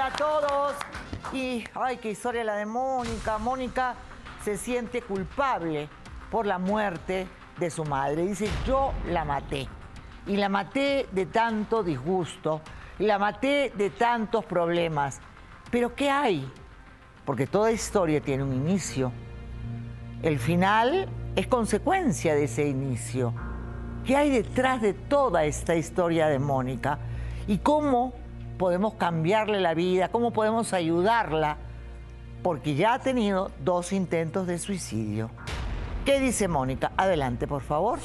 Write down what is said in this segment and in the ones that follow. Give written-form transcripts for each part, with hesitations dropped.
Hola a todos. Y, ay, qué historia la de Mónica. Mónica se siente culpable por la muerte de su madre. Dice, yo la maté. Y la maté de tanto disgusto. Y la maté de tantos problemas. Pero ¿qué hay? Porque toda historia tiene un inicio. El final es consecuencia de ese inicio. ¿Qué hay detrás de toda esta historia de Mónica? ¿Y cómo podemos cambiarle la vida? ¿Cómo podemos ayudarla? Porque ya ha tenido 2 intentos de suicidio. ¿Qué dice Mónica? Adelante, por favor.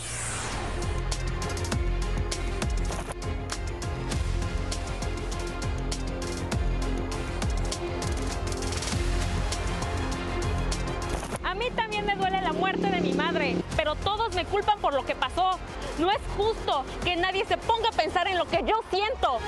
A mí también me duele la muerte de mi madre, pero todos me culpan por lo que pasó. No es justo que nadie se ponga a pensar en lo que yo siento.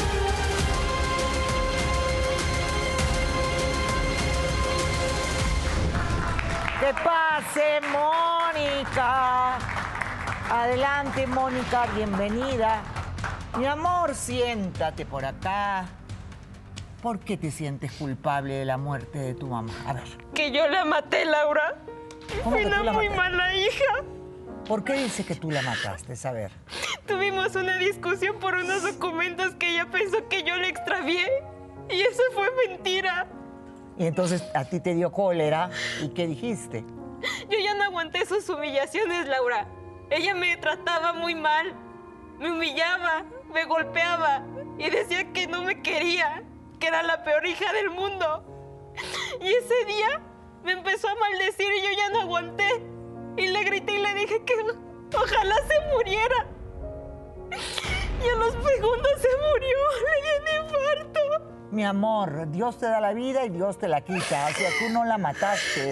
¡Que pase, Mónica! Adelante, Mónica, bienvenida. Mi amor, siéntate por acá. ¿Por qué te sientes culpable de la muerte de tu mamá? A ver. Que yo la maté, Laura. ¿Cómo Fui que tú una la muy mataste? mala hija. ¿Por qué dice que tú la mataste? A ver. Tuvimos una discusión por unos documentos que ella pensó que yo le extravié. Y eso fue mentira. Y entonces a ti te dio cólera. ¿Y qué dijiste? Yo ya no aguanté sus humillaciones, Laura. Ella me trataba muy mal. Me humillaba, me golpeaba y decía que no me quería, que era la peor hija del mundo. Y ese día me empezó a maldecir y yo ya no aguanté. Y le grité y le dije que ojalá se muriera. Y a los segundos se murió, le dio un infarto. Mi amor, Dios te da la vida y Dios te la quita. O sea, tú no la mataste.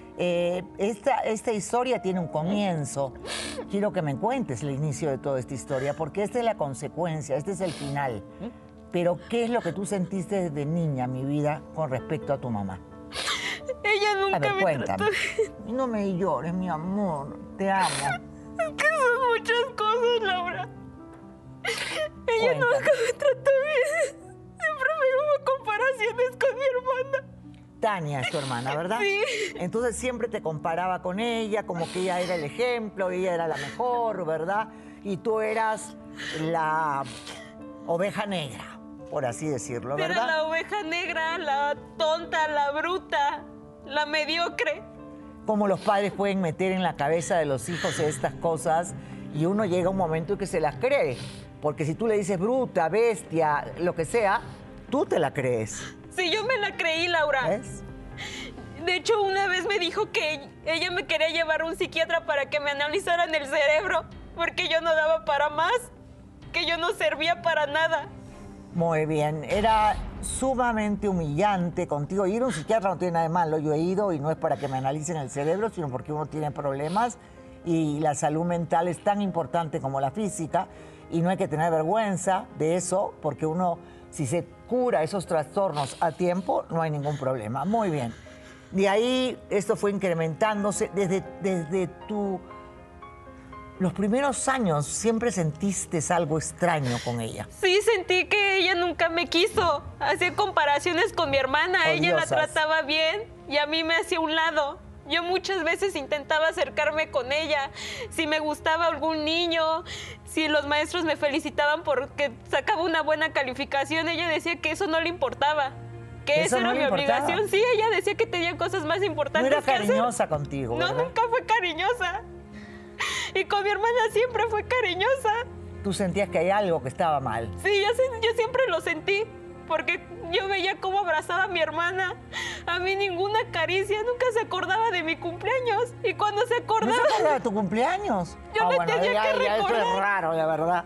Esta historia tiene un comienzo. Quiero que me cuentes el inicio de toda esta historia, porque esta es la consecuencia, este es el final. Pero, ¿qué es lo que tú sentiste desde niña, mi vida, con respecto a tu mamá? Ella nunca A ver, me cuéntame. trató bien. Y no me llores, mi amor. Te amo. Es que son muchas cosas, Laura. Ella Cuéntame. nunca me trató bien. Siempre me hubo comparaciones con mi hermana. Tania es tu hermana, ¿verdad? Sí. Entonces siempre te comparaba con ella, como que ella era el ejemplo, ella era la mejor, ¿verdad? Y tú eras la oveja negra, por así decirlo, ¿verdad? Era la oveja negra, la tonta, la bruta, la mediocre. Cómo los padres pueden meter en la cabeza de los hijos estas cosas y uno llega a un momento en que se las cree. Porque si tú le dices bruta, bestia, lo que sea, tú te la crees. Sí, yo me la creí, Laura. ¿Ves? De hecho, una vez me dijo que ella me quería llevar a un psiquiatra para que me analizaran el cerebro, porque yo no daba para más, que yo no servía para nada. Muy bien, era sumamente humillante contigo. Ir a un psiquiatra no tiene nada de malo, yo he ido y no es para que me analicen el cerebro, sino porque uno tiene problemas y la salud mental es tan importante como la física y no hay que tener vergüenza de eso porque uno, si se cura esos trastornos a tiempo, no hay ningún problema. Muy bien. De ahí esto fue incrementándose desde los primeros años. Siempre sentiste algo extraño con ella. Sí, sentí que ella nunca me quiso. Hacía comparaciones con mi hermana. Ella la Odiosas. trataba bien y a mí me hacía a un lado. Yo muchas veces intentaba acercarme con ella. Si me gustaba algún niño, si los maestros me felicitaban porque sacaba una buena calificación, ella decía que eso no le importaba. Que ¿Eso esa no era le mi importaba? obligación. Sí, ella decía que tenía cosas más No importantes era que hacer. cariñosa contigo, No, ¿verdad? nunca fue cariñosa. Y con mi hermana siempre fue cariñosa. Tú sentías que hay algo que estaba mal. Sí, yo siempre lo sentí, porque yo veía cómo abrazaba a mi hermana. A mí ninguna caricia, nunca se acordaba de mi cumpleaños. Y cuando se ¿No acordaba... se acuerda de tu cumpleaños? Yo le tenía ya, que ya eso es recordar. raro, la verdad.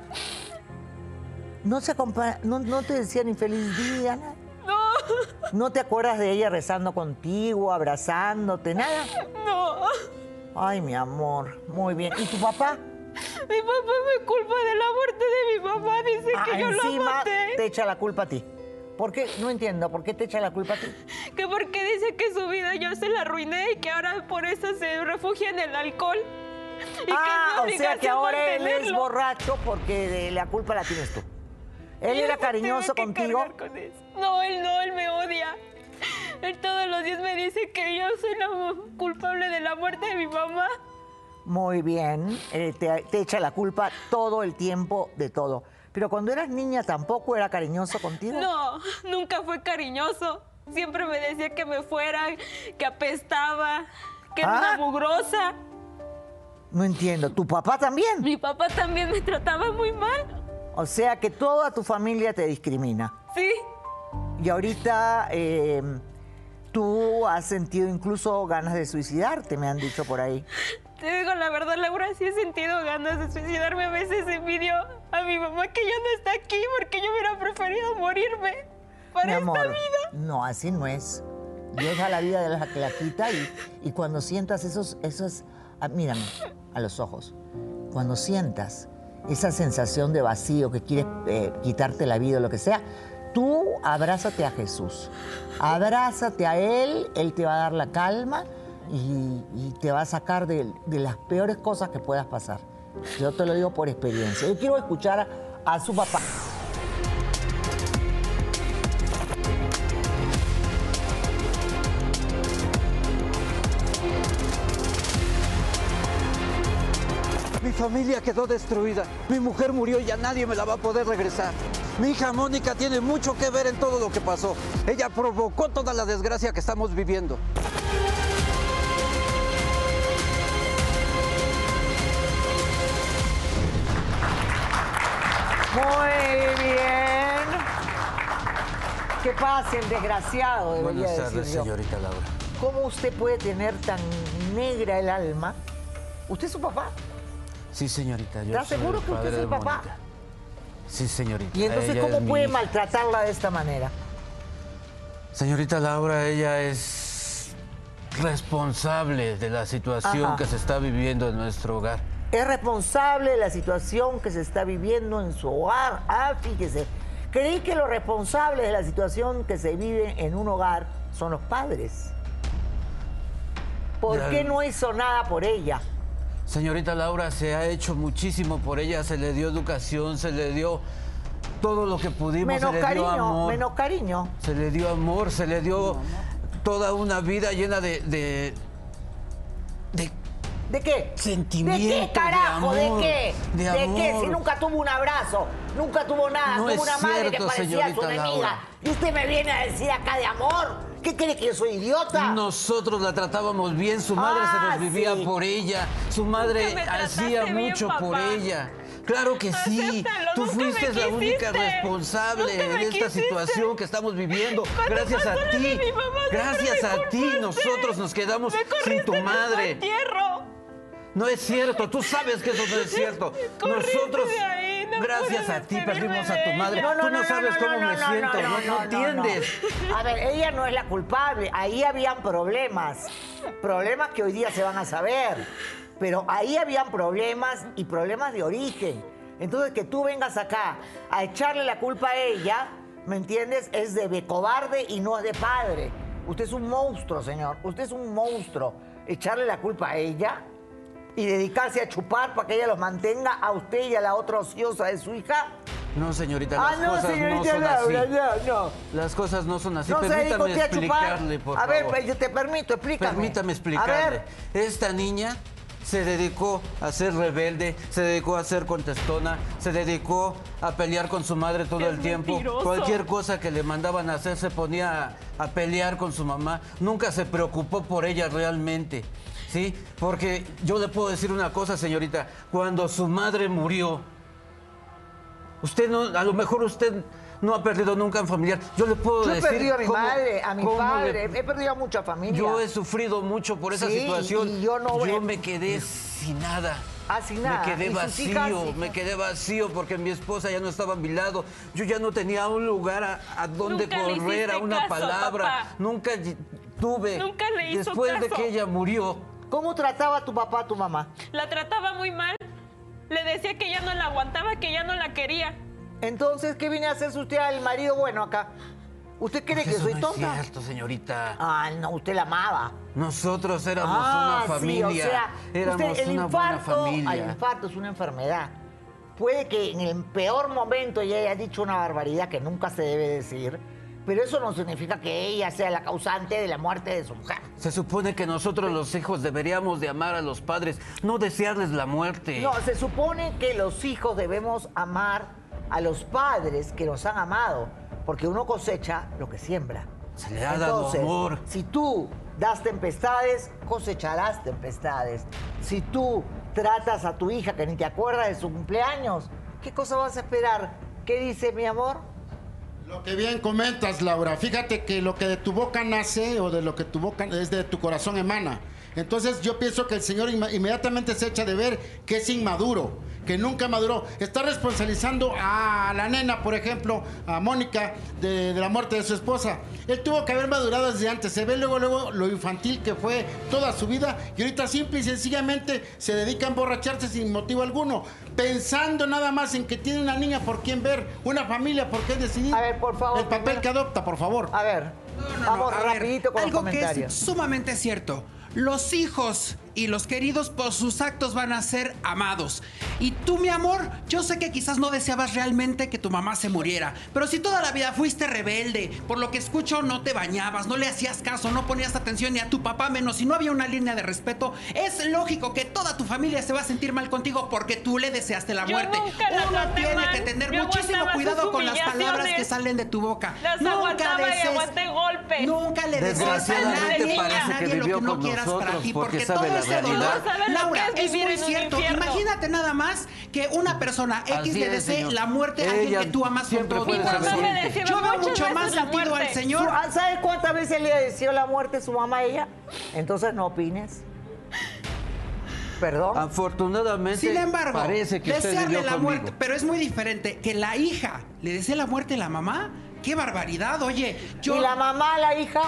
No te decía ni feliz día, nada. No, ¿No te acuerdas de ella rezando contigo, abrazándote, nada? no. Ay, mi amor, muy bien. ¿Y tu papá? Mi papá me culpa de la muerte de mi mamá. Dice que yo la Encima maté. te echa la culpa a ti. ¿Por qué? No entiendo, ¿por qué te echa la culpa a ti? Que porque dice que su vida yo se la arruiné y que ahora por eso se refugia en el alcohol. Y que es mi O sea que obligación ahora él es mantenerlo. borracho porque la culpa la tienes tú. ¿Él era Yo cariñoso tengo que contigo? cargar con eso. No, él me odia. Él todos los días me dice que yo soy la culpable de la muerte de mi mamá. Muy bien, te echa la culpa todo el tiempo de todo. Pero cuando eras niña, ¿tampoco era cariñoso contigo? No, nunca fue cariñoso. Siempre me decía que me fuera, que apestaba, que era una mugrosa. No entiendo. ¿Tu papá también? Mi papá también me trataba muy mal. O sea que toda tu familia te discrimina. Sí, Y ahorita tú has sentido incluso ganas de suicidarte, me han dicho por ahí. te digo la verdad, Laura, sí he sentido ganas de suicidarme. A veces envidio a mi mamá que ya no está aquí porque yo hubiera preferido morirme para Mi amor, esta vida. no, así no es. Dios da la vida de la que la quita y cuando sientas mírame a los ojos, cuando sientas esa sensación de vacío que quieres quitarte la vida o lo que sea, tú abrázate a Jesús, abrázate a Él te va a dar la calma y te va a sacar de las peores cosas que puedas pasar. Yo te lo digo por experiencia. Yo quiero escuchar a su papá. Mi familia quedó destruida. Mi mujer murió y ya nadie me la va a poder regresar. Mi hija Mónica tiene mucho que ver en todo lo que pasó. Ella provocó toda la desgracia que estamos viviendo. Muy bien. ¿Qué pasa, el desgraciado? Debería Buenas tardes, decir yo. señorita Laura. ¿Cómo usted puede tener tan negra el alma? ¿Usted es su papá? Sí, señorita. Yo ¿Estás soy seguro el que usted padre es el de papá? Mónica. Sí, señorita. Y entonces, Ella ¿cómo es mi puede hija. maltratarla de esta manera? Señorita Laura, ella es responsable de la situación Ajá. que se está viviendo en nuestro hogar. Es responsable de la situación que se está viviendo en su hogar. Ah, fíjese. Creí que los responsables de la situación que se vive en un hogar son los padres. ¿Por Ya- qué no hizo nada por ella? Señorita Laura, se ha hecho muchísimo por ella, se le dio educación, se le dio todo lo que pudimos, Menos se le dio cariño, amor. menos cariño. Se le dio amor, se le dio toda una vida llena de ¿De qué? Sentimiento, ¿De qué, carajo? de amor, ¿De qué? de qué? amor. Si nunca tuvo un abrazo, nunca tuvo nada, No tuvo es una madre que cierto, parecía su señorita enemiga. Laura. Y usted me viene a decir acá de amor. ¿Qué cree que yo soy idiota? Nosotros la tratábamos bien, su madre se Ah, desvivía sí. por ella, su madre Nunca me trataste hacía bien, mucho por papá. ella. Claro que sí, Acéptalo, tú nunca me fuiste la única quisiste. responsable Nunca me de esta quisiste. situación que estamos viviendo. Cuando Gracias a pasó lo ti, de mi mamá, gracias siempre me a ti, culpaste. nosotros nos quedamos Me sin corriste tu de tu madre. entierro. No es cierto, tú sabes que eso no es cierto. Corriste Nosotros, de ahí, no gracias pude a ti, despedirme perdimos de a tu ella. madre. No, no, Tú no, no sabes cómo me siento, no entiendes. A ver, ella no es la culpable. Ahí habían problemas. Problemas que hoy día se van a saber. Pero ahí habían problemas y problemas de origen. Entonces, que tú vengas acá a echarle la culpa a ella, ¿me entiendes? Es de cobarde y no es de padre. Usted es un monstruo, señor. Usted es un monstruo. Echarle la culpa a ella y dedicarse a chupar para que ella los mantenga a usted y a la otra ociosa de su hija. No, señorita, Ah, las no, cosas no señorita son Laura, así. no. Las cosas no son así. No se dedica Permítame usted a chupar. explicarle, por A favor. ver, yo te permito, explícame. Permítame A explicarle. ver, Esta niña se dedicó a ser rebelde, se dedicó a ser contestona, se dedicó a pelear con su madre todo Es el tiempo. mentiroso. Cualquier cosa que le mandaban a hacer se ponía a pelear con su mamá. Nunca se preocupó por ella realmente. ¿Sí? Porque yo le puedo decir una cosa, señorita. Cuando su madre murió, usted no, a lo mejor usted no ha perdido nunca a un familiar. Yo le puedo yo he decir. perdido a mi cómo- madre, a mi cómo padre, le- he perdido a mucha familia. Yo he sufrido mucho por esa Sí, situación. y yo no- me quedé sin nada. Ah, sin nada. Me quedé ¿Y sus hijas? vacío, me quedé vacío porque mi esposa ya no estaba a mi lado. Yo ya no tenía un lugar a donde Nunca le correr, a hiciste una caso, palabra. papá. Nunca tuve. Nunca le hizo Después de caso. que ella murió, ¿Cómo trataba a tu papá a tu mamá? La trataba muy mal. Le decía que ya no la aguantaba, que ya no la quería. Entonces, ¿qué viene a hacerse usted al marido bueno acá? ¿Usted cree que eso soy no tonta? es cierto, señorita. Ah, no, usted la amaba. Nosotros éramos Ah, una familia. sí, o sea, éramos usted, el una buena infarto, familia. el infarto es una enfermedad puede que en el peor momento ella haya dicho una barbaridad que nunca se debe decir, pero eso no significa que ella sea la causante de la muerte de su mujer. Se supone que nosotros los hijos deberíamos de amar a los padres, no desearles la muerte. No, se supone que los hijos debemos amar a los padres que nos han amado, porque uno cosecha lo que siembra. Se le ha dado amor. Si tú das tempestades, cosecharás tempestades. Si tú tratas a tu hija que ni te acuerdas de su cumpleaños, ¿qué cosa vas a esperar? ¿Qué dice mi amor? Lo que bien comentas, Laura. Fíjate que lo que de tu boca nace o de lo que tu boca es de tu corazón emana. Entonces yo pienso que el señor inmediatamente se echa de ver que es inmaduro, que nunca maduró. Está responsabilizando a la nena, por ejemplo, a Mónica, de la muerte de su esposa. Él tuvo que haber madurado desde antes. Se ve luego lo infantil que fue toda su vida y ahorita simple y sencillamente se dedica a emborracharse sin motivo alguno, pensando nada más en que tiene una niña por quien ver, una familia por qué decidir. A ver, por favor. El papel que adopta, por favor. A ver, No, vamos a ver, rapidito con los algo que comentarios. es sumamente cierto. Los hijos y los queridos por sus actos van a ser amados. Y tú, mi amor, yo sé que quizás no deseabas realmente que tu mamá se muriera, pero si toda la vida fuiste rebelde, por lo que escucho no te bañabas, no le hacías caso, no ponías atención ni a tu papá menos, si no había una línea de respeto, es lógico que toda tu familia se va a sentir mal contigo porque tú le deseaste la Yo muerte. nunca la Uno traté tiene mal. que tener Yo muchísimo aguantaba cuidado sus con las palabras que humillaciones. salen de tu boca. Las aguantaba y aguanté golpes. Nunca le deseas a Desgraciadamente nadie, parece a nadie que lo vivió que no con quieras para nosotros ti, porque porque sabe todo la ese realidad. dolor, No sabe lo Laura, que es es vivir muy en un cierto. infierno. Imagínate nada más que una persona X Así le es, desee señor. la muerte a alguien Ella que tú amas con siempre todo fue tu de corazón. saber. Me decía Yo veo muchas mucho veces más la sentido al muerte. Señor. ¿Sabes cuántas veces le deseó la muerte a su mamá a ella? Entonces no opines. Perdón. Afortunadamente, Sin embargo, parece que usted desearle vivió la conmigo. muerte, pero es muy diferente que la hija le desee la muerte a la mamá. ¡Qué barbaridad! Oye, yo... ¿Y la mamá, la hija?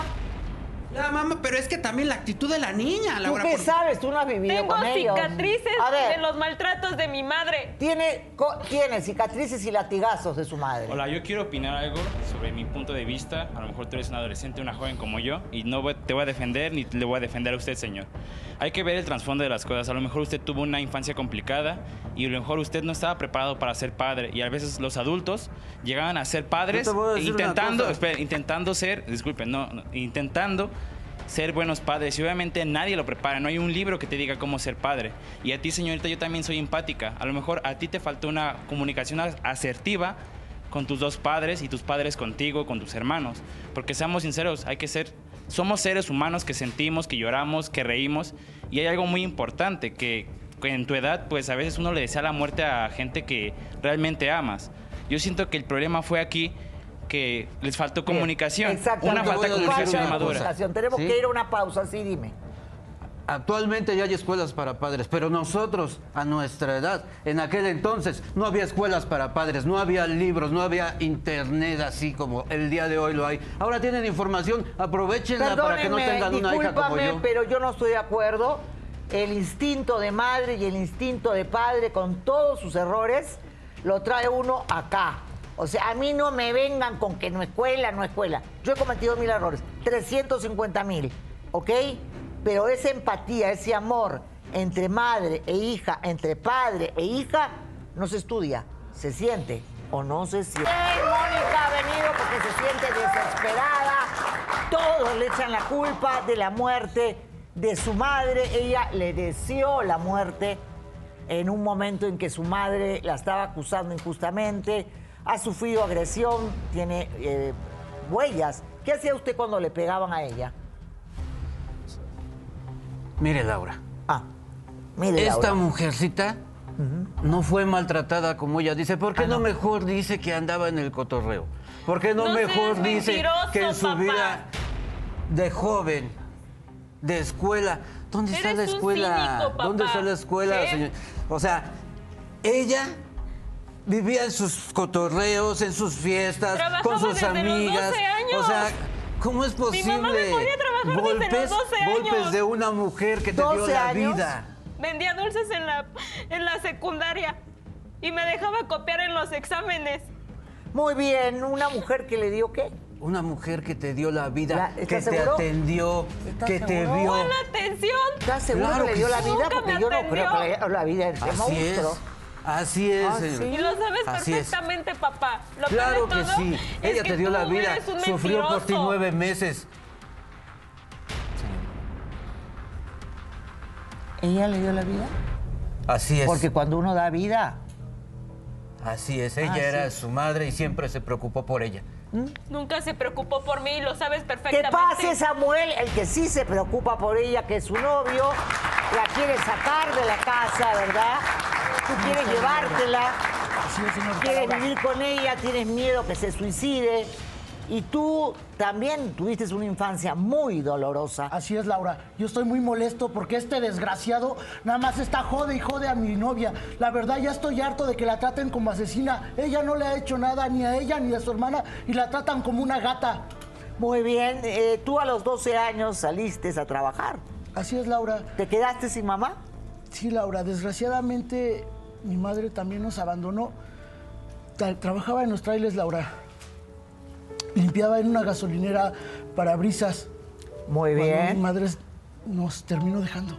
La mamá, pero es que también la actitud de la niña, ¿Tú Laura. qué por- sabes? Tú no has vivido Tengo con ellos. cicatrices A ver, de los maltratos de mi madre. tiene cicatrices y latigazos de su madre. Hola, yo quiero opinar algo sobre mi punto de vista. A lo mejor tú eres un adolescente, una joven como yo, y no te voy a defender ni le voy a defender a usted, señor. Hay que ver el trasfondo de las cosas. A lo mejor usted tuvo una infancia complicada y a lo mejor usted no estaba preparado para ser padre. Y a veces los adultos llegaban a ser padres Yo te voy a decir una intentando, cosa. espera, intentando ser, disculpen, intentando ser buenos padres. Y obviamente nadie lo prepara. No hay un libro que te diga cómo ser padre. Y a ti, señorita, yo también soy empática. A lo mejor a ti te faltó una comunicación asertiva con tus dos padres y tus padres contigo, con tus hermanos. Porque seamos sinceros, somos seres humanos que sentimos, que lloramos, que reímos. Y hay algo muy importante, que en tu edad, pues a veces uno le desea la muerte a gente que realmente amas. Yo siento que el problema fue aquí que les faltó comunicación. Exacto. Una Te voy falta a de decir comunicación una madura. cosa. Tenemos ¿Sí? que ir a una pausa, sí, dime. Actualmente ya hay escuelas para padres, pero nosotros, a nuestra edad, en aquel entonces, no había escuelas para padres, no había libros, no había internet así como el día de hoy lo hay. Ahora tienen información, aprovechenla para que no tengan una hija como discúlpame, yo. pero yo no estoy de acuerdo. El instinto de madre y el instinto de padre, con todos sus errores, lo trae uno acá. O sea, a mí no me vengan con que no escuela, no escuela. Yo he cometido 1000 errores, 350.000, ¿ok? Pero esa empatía, ese amor entre madre e hija, entre padre e hija, no se estudia, se siente o no se siente. Mónica ha venido porque se siente desesperada. Todos le echan la culpa de la muerte de su madre. Ella le deseó la muerte en un momento en que su madre la estaba acusando injustamente. Ha sufrido agresión, tiene huellas. ¿Qué hacía usted cuando le pegaban a ella? Mire, Laura, Mire, esta Laura. mujercita no fue maltratada como ella dice. ¿Por qué no no. mejor dice que andaba en el cotorreo? ¿Por qué no No mejor seas dice mentiroso, que en su papá. vida de joven, de escuela, ¿dónde está Eres la un escuela? cínico, papá. ¿Dónde está la escuela, ¿Qué? señor? O sea, ella vivía en sus cotorreos, en sus fiestas, Trabajaba con sus desde los amigas. 12 años. O sea, ¿cómo es posible? mamá me ponía a trabajar desde los 12 años. Golpes de una mujer que te dio 12 la años. vida. Vendía dulces en la secundaria y me dejaba copiar en los exámenes. Muy bien, una mujer que le dio ¿qué? Una mujer que te dio la vida, que ¿Estás te seguro? atendió, ¿Estás que te seguro? vio. ¡Buena atención! ¿Estás seguro Claro que le que dio la sí. vida? Nunca Porque me yo no atendió. creo que le dio la vida a ese Así monstruo. es. Así es, Ah, señor. ¿sí? Y lo sabes Así es. perfectamente, papá. Lo Claro peor que de todo sí. es Ella que te dio tú la vida. eres un Sufrió por ti mentiroso. 9 meses. ¿Ella le dio la vida? Así es. Porque cuando uno da vida, Así es. Ella era su madre y siempre se preocupó por ella. Nunca se preocupó por mí, lo sabes que perfectamente. pase Samuel, el que sí se preocupa por ella, que es su novio, la quiere sacar de la casa, ¿verdad? Tú quieres llevártela, quieres vivir con ella, tienes miedo que se suicide. Y tú también tuviste una infancia muy dolorosa. Así es, Laura. Yo estoy muy molesto porque este desgraciado nada más está jode y jode a mi novia. La verdad, ya estoy harto de que la traten como asesina. Ella no le ha hecho nada ni a ella ni a su hermana y la tratan como una gata. Muy bien, tú a los 12 años saliste a trabajar. Así es, Laura. ¿Te quedaste sin mamá? Sí, Laura. Desgraciadamente, mi madre también nos abandonó. Trabajaba en los trailers, Laura. Limpiaba en una gasolinera parabrisas. Muy Cuando bien. mi madre nos terminó dejando.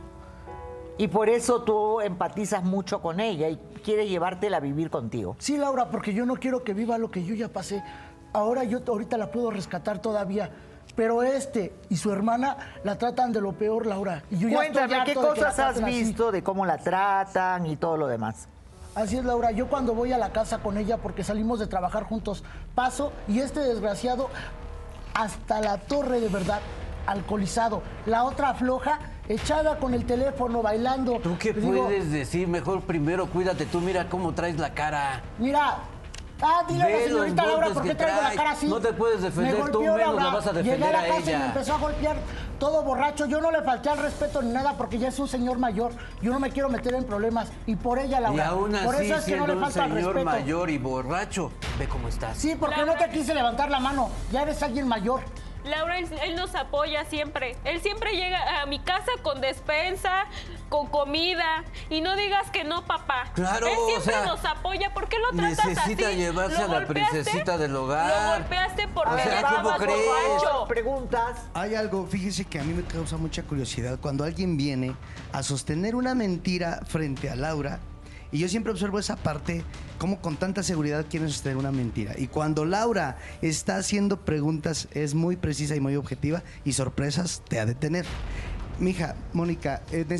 Y por eso tú empatizas mucho con ella y quieres llevártela a vivir contigo. Sí, Laura, porque yo no quiero que viva lo que yo ya pasé. Ahorita la puedo rescatar todavía. Pero y su hermana la tratan de lo peor, Laura. Y yo ya estoy Cuéntame, harto ¿qué de que la cosas has traten así. visto de cómo la tratan y todo lo demás? Así es, Laura. Yo cuando voy a la casa con ella, porque salimos de trabajar juntos, paso y este desgraciado hasta la torre, de verdad, alcoholizado. La otra floja, echada con el teléfono, bailando. ¿Tú qué Le digo, puedes decir? Mejor primero cuídate tú. Mira cómo traes la cara. Mira. Dile a la Ve los señorita Laura golpes por qué que traigo la traes. cara así. No te puedes defender Me tú, golpeó, menos Laura. la vas a defender Llegué a la a casa y ella. me empezó a golpear todo borracho. Yo no le falté al respeto ni nada porque ya es un señor mayor. Yo no me quiero meter en problemas. Y por ella, Laura. Y aún por así, eso es que no siendo le un falta al señor respeto. mayor y borracho, ve cómo estás. Sí, porque no te quise levantar la mano. Ya eres alguien mayor. Laura, él nos apoya siempre. Él siempre llega a mi casa con despensa, con comida. Y no digas que no, papá. Claro, él siempre o sea, nos apoya. ¿Por qué lo tratas así? necesita llevarse a la golpeaste? princesita del hogar. Lo golpeaste porque O sea, ya ¿cómo estabas crees? borracho. Preguntas. Hay algo, fíjese que a mí me causa mucha curiosidad cuando alguien viene a sostener una mentira frente a Laura. Y yo siempre observo esa parte, cómo con tanta seguridad quieren sostener una mentira. Y cuando Laura está haciendo preguntas, es muy precisa y muy objetiva, y sorpresas te ha de tener. Mija, Mónica,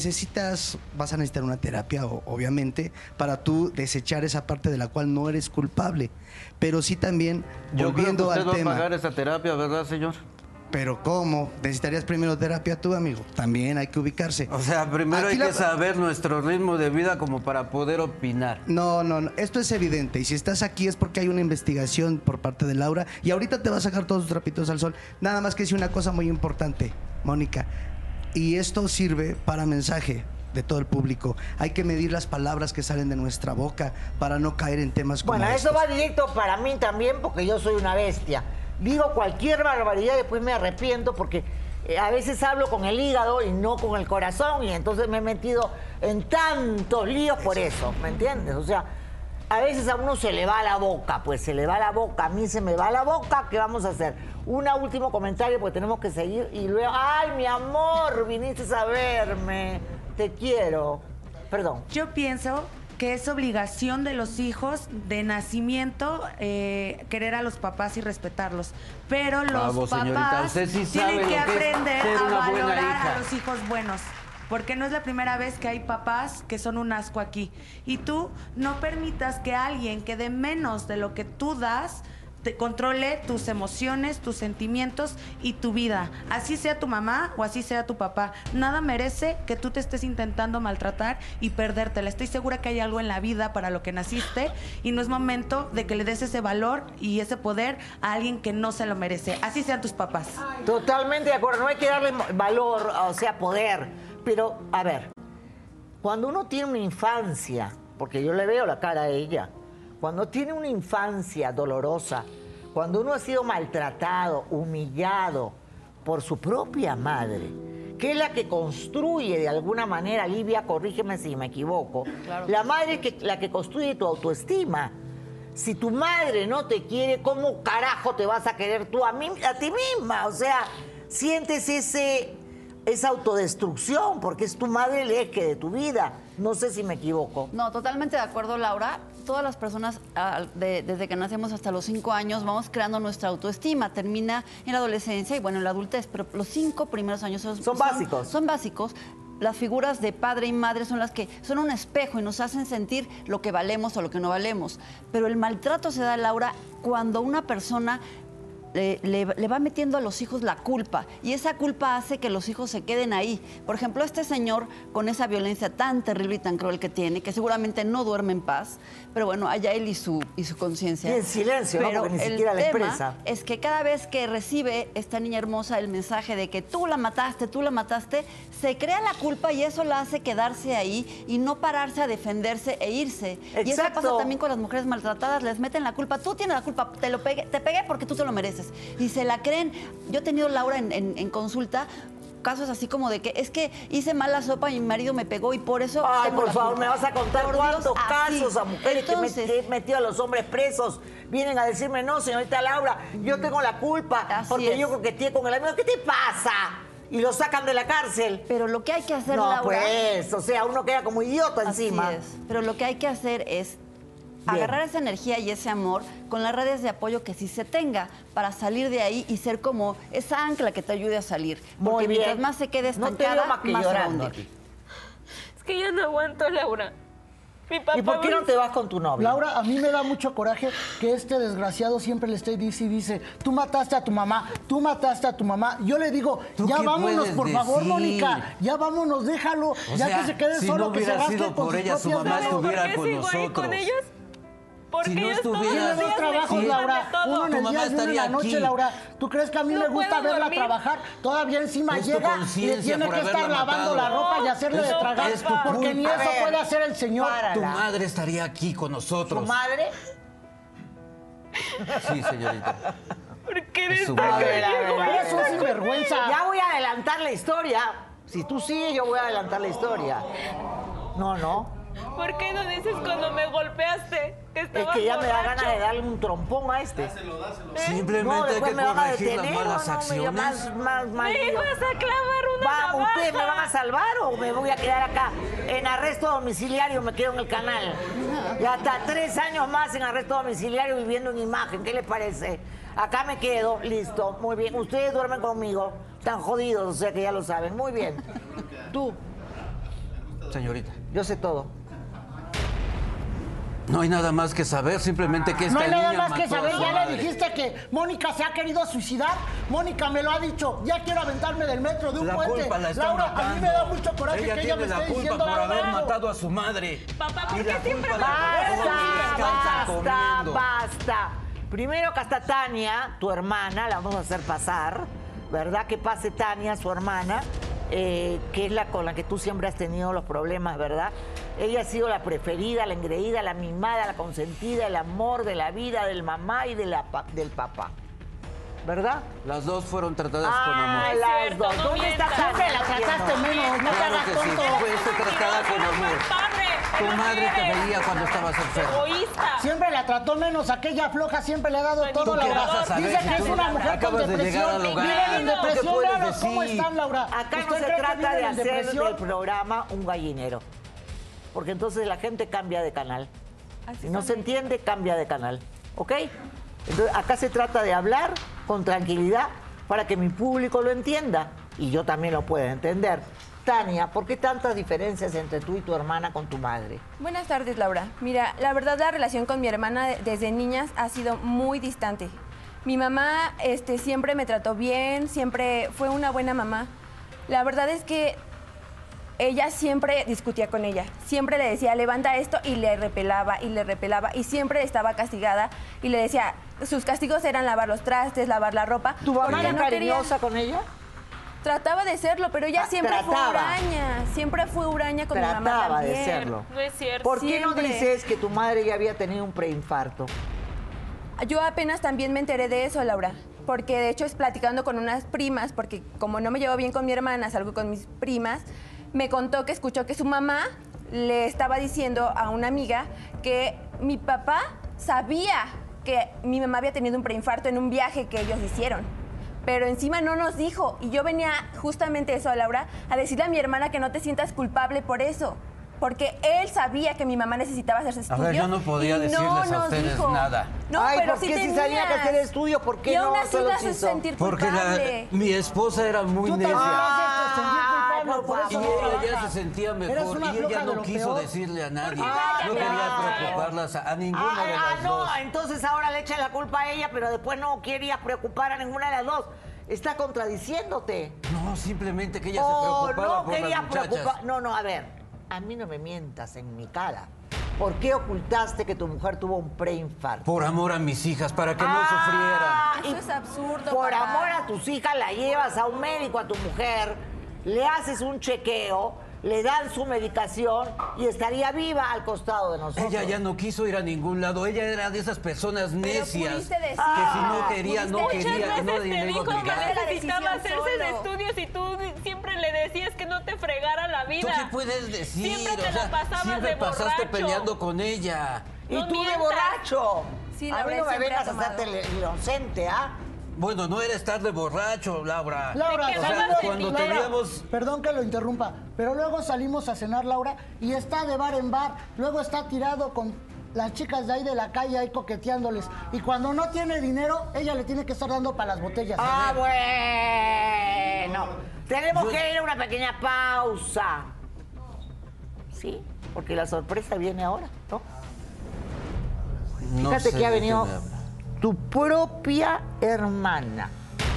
vas a necesitar una terapia, obviamente, para tú desechar esa parte de la cual no eres culpable. Pero sí también, Yo creo que volviendo usted al va a tema. pagar esa terapia, ¿verdad, señor? Pero ¿cómo? ¿Necesitarías primero terapia tú, amigo? También hay que ubicarse. O sea, primero Aquí hay la- que saber nuestro ritmo de vida como para poder opinar. No, esto es evidente. Y si estás aquí es porque hay una investigación por parte de Laura. Y ahorita te va a sacar todos tus trapitos al sol. Nada más que decir una cosa muy importante, Mónica. Y esto sirve para mensaje de todo el público. Hay que medir las palabras que salen de nuestra boca para no caer en temas como Bueno, eso estos. va directo para mí también porque yo soy una bestia. Digo cualquier barbaridad y después me arrepiento porque a veces hablo con el hígado y no con el corazón y entonces me he metido en tantos líos por eso, ¿me entiendes? O sea, a veces a uno se le va la boca, pues se le va la boca, a mí se me va la boca, ¿qué vamos a hacer? Un último comentario porque tenemos que seguir y luego, ¡ay, mi amor! Viniste a verme, te quiero. Perdón. Yo pienso que es obligación de los hijos de nacimiento querer a los papás y respetarlos. Pero los Bravo, señorita. papás Usted sí sabe tienen que lo que es aprender ser a una buena valorar hija. a los hijos buenos. Porque no es la primera vez que hay papás que son un asco aquí. Y tú no permitas que alguien que dé menos de lo que tú das te controle tus emociones, tus sentimientos y tu vida. Así sea tu mamá o así sea tu papá. Nada merece que tú te estés intentando maltratar y perdértela. Estoy segura que hay algo en la vida para lo que naciste y no es momento de que le des ese valor y ese poder a alguien que no se lo merece. Así sean tus papás. Totalmente de acuerdo, no hay que darle valor, o sea, poder. Pero, a ver, cuando uno tiene una infancia, porque yo le veo la cara a ella, cuando tiene una infancia dolorosa, cuando uno ha sido maltratado, humillado por su propia madre, que es la que construye de alguna manera, Livia, corrígeme si me equivoco, la madre es la que construye tu autoestima. Si tu madre no te quiere, ¿cómo carajo te vas a querer tú a ti misma? O sea, sientes esa autodestrucción porque es tu madre el eje de tu vida. No sé si me equivoco. No, totalmente de acuerdo, Laura. Todas las personas, desde que nacemos hasta los 5 años, vamos creando nuestra autoestima. Termina en la adolescencia y, bueno, en la adultez. Pero los 5 primeros años son básicos. Son básicos. Las figuras de padre y madre son las que son un espejo y nos hacen sentir lo que valemos o lo que no valemos. Pero el maltrato se da, Laura, cuando una persona le va metiendo a los hijos la culpa, y esa culpa hace que los hijos se queden ahí. Por ejemplo, este señor, con esa violencia tan terrible y tan cruel que tiene, que seguramente no duerme en paz, pero bueno, allá él y su conciencia. Y en silencio, ¿no? Porque ni siquiera la expresa. Es que cada vez que recibe esta niña hermosa el mensaje de que tú la mataste, se crea la culpa y eso la hace quedarse ahí y no pararse a defenderse e irse. Exacto. Y eso pasa también con las mujeres maltratadas, les meten la culpa. Tú tienes la culpa, te pegué porque tú te lo mereces. Y se la creen. Yo he tenido, Laura, en consulta, casos así como de que es que hice mal la sopa y mi marido me pegó y por eso... Ay, tengo por la favor, culpa. me vas a contar Por cuántos Dios, casos así. a mujeres Entonces, que he metido a los hombres presos vienen a decirme, no, señorita Laura, yo tengo la culpa Así porque es. yo coqueteé con el amigo. ¿Qué te pasa? Y lo sacan de la cárcel. Pero lo que hay que hacer, No, Laura... pues, o sea, uno queda como idiota Así encima. es. Pero lo que hay que hacer es Bien. agarrar esa energía y ese amor con las redes de apoyo que sí se tenga para salir de ahí y ser como esa ancla que te ayude a salir. Muy Porque bien. mientras más se quede No te estancada, veo más que más se va a llorando. hundir. Es que ya no aguanto, Laura. Mi papá ¿Y por qué no te vas con tu novio? Laura, a mí me da mucho coraje que este desgraciado siempre le esté y dice, tú mataste a tu mamá, tú mataste a tu mamá. Yo le digo, ¿Tú ya qué vámonos, puedes por favor, decir? Mónica, ya vámonos, déjalo, O ya sea, que se quede si solo, no que se hubiera gaste sido con por sus ella, su propias mamá manos. estuviera ¿Por qué con sigo ahí nosotros. con ellos? Porque Si no ellos todos estuvieras- los Tiene dos días me trabajos, culpan Laura, de todo. uno en Tu el mamá día y uno en la estaría noche, aquí. Laura. ¿Tú crees que a mí No me gusta puedo verla dormir. trabajar? Todavía encima Es tu llega y le conciencia tiene por que estar haberla lavando matado. la ropa y hacerle de No, tragar, es tu porque ni culpa. eso A ver, puede hacer el señor. para. Tu madre estaría aquí con ¿Tu nosotros. madre? Sí, señorita. ¿Por qué eres Es su tan madre. gallego? Eres un sinvergüenza. Ya voy a adelantar la historia. Si tú sigues, yo voy a adelantar la historia. No. ¿Por qué no dices cuando me golpeaste? Que Es estaba que ya me da borracho? ganas de darle un trompón a este. Simplemente hay después que me van a corregir las detener, malas acciones. más ¿Me ibas a clavar una Vamos, navaja? ¿ustedes me van a salvar o me voy a quedar acá? En arresto domiciliario me quedo en el canal. Y hasta 3 años más en arresto domiciliario viviendo en imagen. ¿Qué les parece? Acá me quedo, listo, muy bien. Ustedes duermen conmigo. Están jodidos, o sea que ya lo saben. Muy bien. Tú, Señorita, yo sé todo. no hay nada más que saber, simplemente que esta No hay niña nada más que mató a saber, su ya madre. le dijiste que Mónica se ha querido suicidar. Mónica me lo ha dicho, ya quiero aventarme del metro de un La puente. culpa la está Laura, a mí me da matando. mucho coraje Ella que ella me tiene esté la culpa diciendo por haber abogado. matado a su madre. Papá, ¿por Y qué la siempre culpa me la tiene golpeas? porque descansa comiendo. Basta. Primero que hasta Tania, tu hermana, la vamos a hacer pasar, ¿verdad? Que pase Tania, su hermana, que es la con la que tú siempre has tenido los problemas, ¿verdad? Ella ha sido la preferida, la engreída, la mimada, la consentida, el amor de la vida del mamá y de del papá. ¿Verdad? Las dos fueron tratadas con amor. es las cierto, dos. no ¿Dónde está mientas. Tania? La trataste menos, no te Claro hagas que sí, tonto. fue tratada con amor. Tu madre te veía cuando estabas enferma. Egoísta. Siempre la trató menos, aquella floja siempre le ha dado todo. ¿Tú qué Laura. vas a saber Dice si que es tú una mujer con acabas de llegar depresión. al hogar? Viven en ¿Tú qué depresión, puedes Laura. ¿Cómo decir? están, Laura? Acá no ¿Usted se cree que trata viven de en hacer depresión? del programa un gallinero. Porque entonces la gente cambia de canal. Si no se entiende, cambia de canal. ¿Ok? Entonces, acá se trata de hablar con tranquilidad para que mi público lo entienda y yo también lo pueda entender. Tania, ¿por qué tantas diferencias entre tú y tu hermana con tu madre? Buenas tardes, Laura. Mira, la verdad la relación con mi hermana desde niñas ha sido muy distante. Mi mamá siempre me trató bien, siempre fue una buena mamá. La verdad es que ella siempre discutía con ella. Siempre le decía, levanta esto, y le repelaba, y siempre estaba castigada. Y le decía, sus castigos eran lavar los trastes, lavar la ropa. ¿Tu mamá porque era no quería- cariñosa con ella? Trataba de serlo, pero ella siempre fue trataba. huraña. Siempre fue huraña con mi mamá Trataba también. de serlo. No es cierto. ¿Por qué no Siempre. dices que tu madre ya había tenido un preinfarto? Yo apenas también me enteré de eso, Laura, porque de hecho es platicando con unas primas, porque como no me llevo bien con mi hermana, salgo con mis primas, me contó que escuchó que su mamá le estaba diciendo a una amiga que mi papá sabía que mi mamá había tenido un preinfarto en un viaje que ellos hicieron. Pero encima no nos dijo. Y yo venía justamente eso, Laura, a decirle a mi hermana que no te sientas culpable por eso. porque él sabía que mi mamá necesitaba hacerse estudios. A ver, yo no podía y decirles no a nos ustedes dijo. nada. No, Ay, pero ¿por sí qué si sabía que tenías. hacer estudio? ¿Por qué y aún no así se lo los haces hizo? sentir Porque culpable. mi esposa era muy Tú necia. también haces esto, sentir culpable, por Y eso no ella ya trabajas. se sentía Eres mejor una y ella floja de no lo quiso peor. decirle a nadie. cállate. No quería preocuparlas a ninguna de las dos. Entonces ahora le echan la culpa a ella, pero después no querías preocupar a ninguna de las dos. Está contradiciéndote. No, simplemente que ella se Oh, preocupaba no por querías las muchachas. preocupar. No, a ver, a mí no me mientas en mi cara. ¿Por qué ocultaste que tu mujer tuvo un preinfarto? Por amor a mis hijas, para que no sufrieran. Eso es absurdo, Por papá. amor a tus hijas la llevas a un médico, a tu mujer, le haces un chequeo, le dan su medicación y estaría viva al costado de nosotros. Ella ya no quiso ir a ningún lado. Ella era de esas personas necias pudiste decir- que si no quería, no pudiste quería, Muchas no veces le te iba a dijo que obligar. la necesitaba decisión hacerse de solo. estudios y tú siempre le decías que no te fregara la ¿Tú vida. qué puedes decir? Siempre te O sea, la pasabas siempre de pasaste borracho. peleando con ella. Y No tú de mientas. borracho. Sí, a mí Laura, no me siempre vengas ha a hacerte inocente, ¿ah? Bueno, no era estar de borracho, Laura. Laura, ¿De qué O sea, hablabas de cuando ti? Laura, teníamos... perdón que lo interrumpa, pero luego salimos a cenar, Laura, y está de bar en bar, luego está tirado con las chicas de ahí de la calle ahí coqueteándoles, y cuando no tiene dinero, ella le tiene que estar dando para las botellas. Ah, bueno. Tenemos que ir a una pequeña pausa. Sí, porque la sorpresa viene ahora, ¿no? No Fíjate sé que ha de qué venido me habla. tu propia hermana.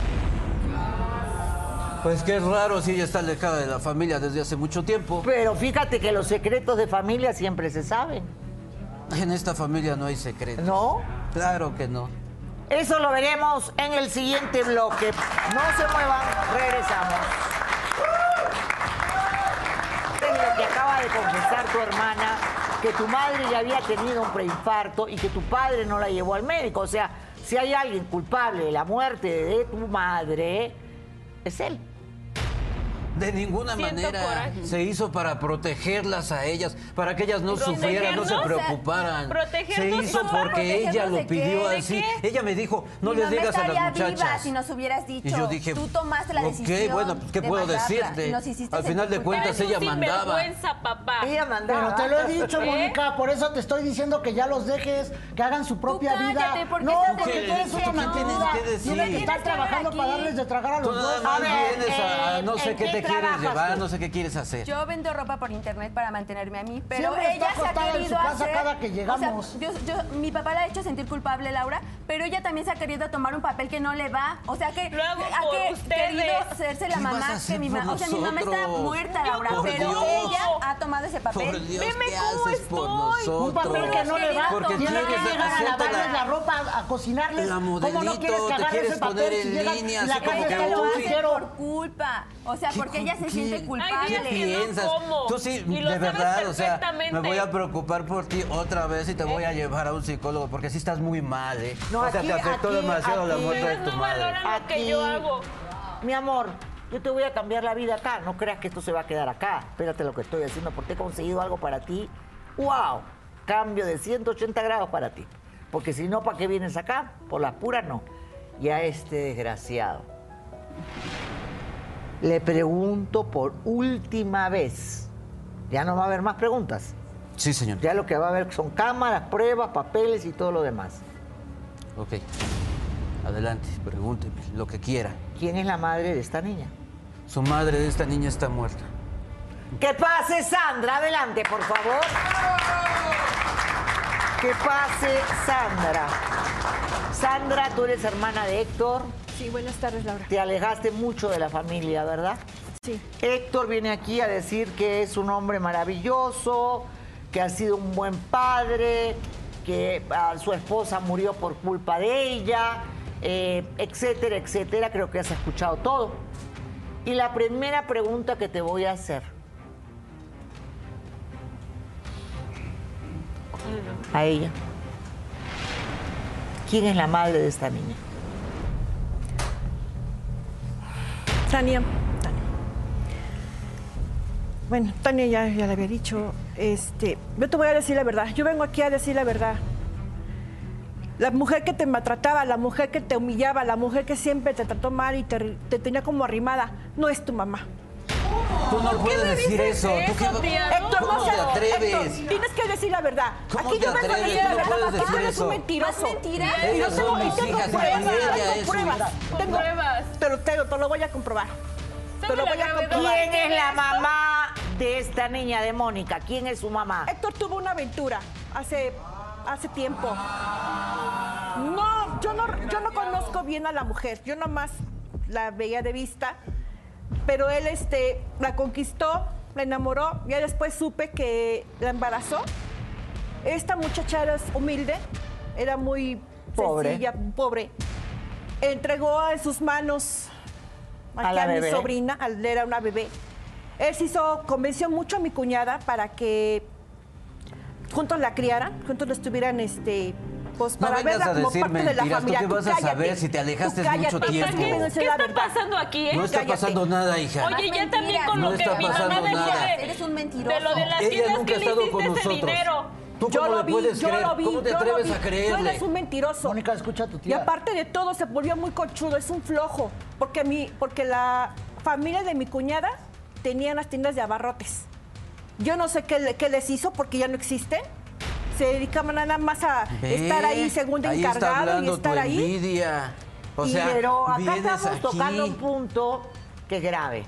Pues qué raro si ella está alejada de la familia desde hace mucho tiempo. Pero fíjate que los secretos de familia siempre se saben, En esta familia no hay secretos. ¿no? Claro que no. Eso lo veremos en el siguiente bloque. No se muevan, regresamos. Es lo que acaba de confesar tu hermana, que tu madre ya había tenido un preinfarto y que tu padre no la llevó al médico. O sea, si hay alguien culpable de la muerte de tu madre, es él. De ninguna Siento manera. coraje. Se hizo para protegerlas a ellas, para que ellas no sufrieran, no se ¿Protegernos? preocuparan. Se ¿Protegernos hizo cómo? porque ella ¿Protegernos lo de pidió qué? ¿De así. qué? Ella me dijo, no Mi les mamá digas a las estaría viva muchachas. si nos hubieras dicho. Y yo dije, tú tomaste la decisión. Ok, bueno, pues, ¿qué de puedo mandarla decirte? y nos hiciste Al final de sentir cuentas, culpables. ella mandaba. Sinvergüenza, papá. Ella mandaba. Pero te lo he dicho, ¿Eh? Mónica, por eso te estoy diciendo que ya los dejes, que hagan su propia cállate, vida. ¿por qué No, estás porque tú eres ¿Tú una qué mantenida. tienes que decir? Tienes que estar Tienes que trabajando aquí. para darles de tragar a los Tú dos. nada más A ver, vienes a no sé ¿en qué qué te quieres trabajas llevar, tú? no sé qué quieres hacer. Yo vendo ropa por internet para mantenerme a mí, pero Siempre ella está se ha acostada en su querido casa hacer... cada que llegamos. O sea, mi papá la ha hecho sentir culpable, Laura, pero ella también se ha querido tomar un papel que no le va. O sea, que Lo hago ha por que ustedes. querido hacerse la ¿Qué vas a mamá hacer que mi por mamá... O sea, mi mamá está nosotros? muerta, Laura, Por pero Dios. ella ha tomado ese papel. Por Dios, Veme ¿qué cómo haces por estoy. nosotros? Un papel que no le va, Porque tiene que tienes que llegar a hacerte lavarles la ropa, a cocinarles. la ¿Cómo no modelito, quieres que te agarre quieres ese papel poner si en llegan línea, y así la como calle que, está Ella lo uy. hace quiero? por culpa. O sea, ¿Qué porque ella se qué- siente Ay, culpable. Dios, ¿Qué que no piensas? como. Tú sí, Y lo de sabes verdad, o sea, perfectamente. me voy a preocupar por ti otra vez y te voy a llevar a un psicólogo porque sí estás muy mal, ¿eh? No, o sea, aquí- te afectó aquí- demasiado la aquí- muerte de Ustedes tu no madre. valoran lo que yo hago. Mi amor, yo te voy a cambiar la vida acá. No creas que esto se va a quedar acá. Espérate lo que estoy haciendo porque he conseguido algo para ti. ¡Wow! Cambio de 180 grados para ti. Porque si no, ¿para qué vienes acá? Por las puras no. Y a este desgraciado le pregunto por última vez. Ya no va a haber más preguntas. Sí, señor. Ya lo que va a haber son cámaras, pruebas, papeles y todo lo demás. Ok. Adelante, pregúnteme lo que quiera. ¿Quién es la madre de esta niña? Su madre de esta niña está muerta. ¡Que pase, Sandra! Adelante, por favor. ¡Que pase, Sandra! Sandra, tú eres hermana de Héctor. Sí, buenas tardes, Laura. Te alejaste mucho de la familia, ¿verdad? Sí. Héctor viene aquí a decir que es un hombre maravilloso, que ha sido un buen padre, que su esposa murió por culpa de ella, etcétera, etcétera. Creo que has escuchado todo. Y la primera pregunta que te voy a hacer. A ella. ¿Quién es la madre de esta niña? Tania. Bueno, Tania ya le había dicho. Yo te voy a decir la verdad. Yo vengo aquí a decir la verdad. La mujer que te maltrataba, la mujer que te humillaba, la mujer que siempre te trató mal y te tenía como arrimada, no es tu mamá. Tú no puedes decir eso. ¿Tú Héctor, ¿Cómo te atreves? Héctor, tienes que decir la verdad. ¿Cómo Aquí te yo vengo a atreves? decir la Tú no verdad. puedes Aquí decir tú eres eso. un mentiroso. ¿Más mentiras? Ellas son mis tengo hijas, pruebas, ella tengo es su pruebas. hija. Tengo Pruebas. Te lo voy a comprobar. Te lo voy a comprobar. ¿Quién es la mamá de esta niña, de Mónica? ¿Quién es su mamá? Héctor tuvo una aventura hace tiempo. No, yo no conozco bien a la mujer. Yo nomás la veía de vista. Pero él la conquistó, la enamoró. Ya después supe que la embarazó. Esta muchacha era humilde, era muy sencilla, pobre. Entregó en sus manos A la a mi bebé. sobrina, era una bebé. Él convenció mucho a mi cuñada para que juntos la criaran, juntos la estuvieran, pues No para vengas verla a como decir parte de la mentiras. ¿Tú familia. qué vas a saber si te alejaste mucho tiempo? ¿Qué está pasando aquí, No está pasando nada, hija. Oye, ya también con No lo que está mi mamá pasando decía nada. Eres un mentiroso. de lo de las Ella tiendas nunca que ha le estado hiciste con ese nosotros. dinero. ¿Tú cómo le puedes creer? ¿Cómo te atreves a Tú creerle? eres un mentiroso. Mónica, escucha a tu Y tía. aparte de todo, se volvió muy conchudo, es un flojo. Porque la familia de mi cuñada tenía las tiendas de abarrotes. Yo no sé qué les hizo porque ya no existen. Se dedicaban nada más a estar ahí segundo ahí está encargado y hablando estar tu ahí. envidia. O sea, Pero acá vienes estamos aquí. tocando un punto que es grave.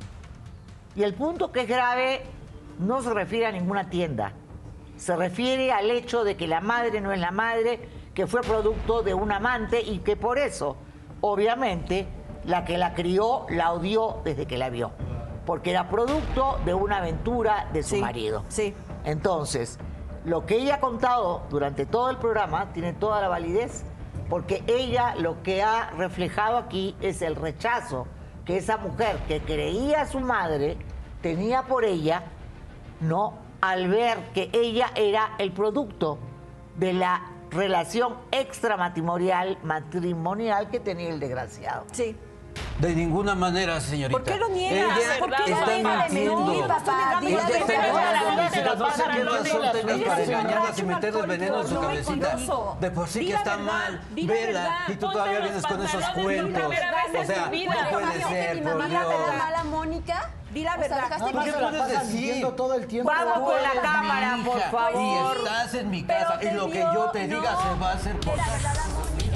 Y el punto que es grave no se refiere a ninguna tienda. Se refiere al hecho de que la madre no es la madre, que fue producto de un amante y que por eso, obviamente, la que la crió la odió desde que la vio. Porque era producto de una aventura de su marido. Sí. Entonces, lo que ella ha contado durante todo el programa tiene toda la validez, porque ella lo que ha reflejado aquí es el rechazo que esa mujer que creía a su madre tenía por ella, ¿no? Al ver que ella era el producto de la relación matrimonial que tenía el desgraciado. Sí. De ninguna manera, señorita. ¿Por qué lo niega? Ella ¿Por qué lo está niega? mintiendo. Sí, papá, Ella dile está la engañando a verdad. mis hijas. No sé qué razón tengas para engañarlas y un meterles veneno en su alcohólico, cabecita. mentiroso. De por sí Di que la está verdad, mal. di la Vela. verdad. Y tú Ponte todavía los vienes con esos pantalones cuentos. por primera vez O en sea, tu vida. no puede ¿Dejaste que ser, mi por mamá Dios. tratara mal a Mónica? Di la O sea, verdad. dejaste No, que se mi la puedes pasan decir? mintiendo todo el tiempo. Vamos Tú con la eres mi cámara, por hija, favor. Y estás en mi Pero casa. Y te lo que dio, yo te diga no, se va a hacer por la verdad a Mónica.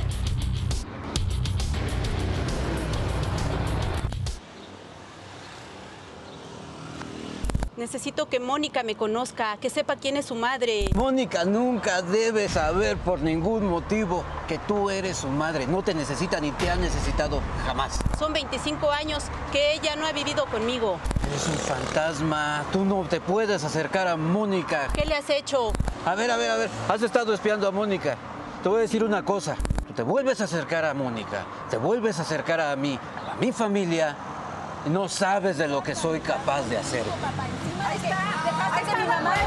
Necesito que Mónica me conozca, que sepa quién es su madre. Mónica nunca debe saber por ningún motivo que tú eres su madre. No te necesita ni te ha necesitado jamás. Son 25 años que ella no ha vivido conmigo. Eres un fantasma. Tú no te puedes acercar a Mónica. ¿Qué le has hecho? A ver. Has estado espiando a Mónica. Te voy a decir una cosa. Tú te vuelves a acercar a Mónica, te vuelves a acercar a mí, a mi familia. No sabes de lo que soy capaz de hacer. Dejaste que mi mamá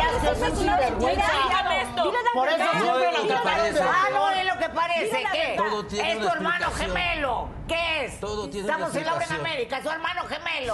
Por eso No siempre es lo que la parece. no es lo que parece. ¿Qué? Todo tiene Es tu una hermano explicación. gemelo. ¿Qué es? Todo tiene una Estamos en Laura en explicación. América, es su hermano gemelo.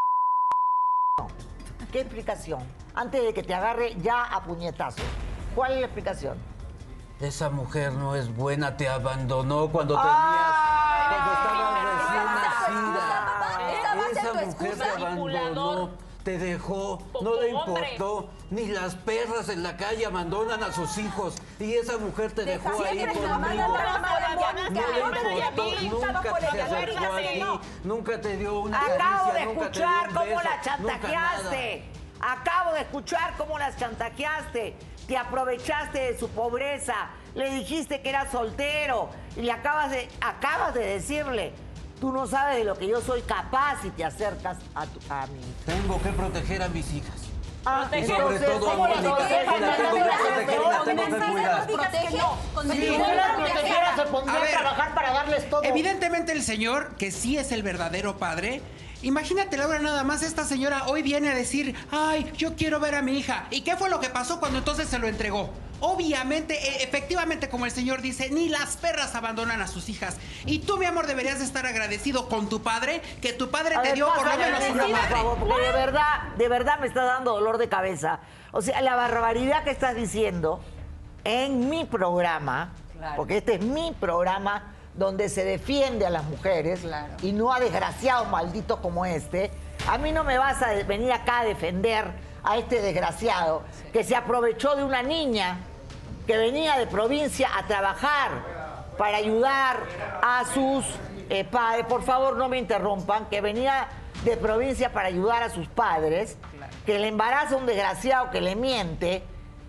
¿Qué explicación? Antes de que te agarre ya a puñetazos. ¿Cuál es la explicación? Esa mujer no es buena, te abandonó cuando ¡Ay! cuando estabas recién nacida. ¿Esa va a ser Esa tu mujer excusa? te abandonó, te dejó, no le importó. Ni las perras en la calle abandonan a sus hijos. Y esa mujer te dejó ahí Siempre conmigo. tu mamá no No le importó, nunca te acercó a ti, nunca te dio una caricia, Acabo de nunca te dio escuchar un cómo beso, la nunca chantajeaste. Acabo de escuchar cómo las chantajeaste. Te aprovechaste de su pobreza. Le dijiste que era soltero. Y le acabas de decirle, tú no sabes de lo que yo soy capaz si te acercas a mí. Tengo que proteger a mis hijas. Y entonces, sobre todo a ¿cómo las Mónica. proteges? Y la tengo que proteger y la tengo que cuidar. Si no la protegiera, se pondría A a ver, trabajar para darles todo. Evidentemente el señor, que sí es el verdadero padre, imagínate, Laura, nada más esta señora hoy viene a decir, ay, yo quiero ver a mi hija. ¿Y qué fue lo que pasó cuando entonces se lo entregó? Obviamente, efectivamente, como el señor dice, ni las perras abandonan a sus hijas. Y tú, mi amor, deberías de estar agradecido con tu padre, que tu padre te dio por lo menos una Por madre. favor, porque de verdad me está dando dolor de cabeza. O sea, la barbaridad que estás diciendo en mi programa, porque este es mi programa donde se defiende a las mujeres y no a desgraciados malditos como este, A mí no me vas a venir acá a defender a este desgraciado que se aprovechó de una niña que venía de provincia a trabajar para ayudar a sus padres. Por favor, no me interrumpan, que venía de provincia para ayudar a sus padres, que le embaraza un desgraciado que le miente.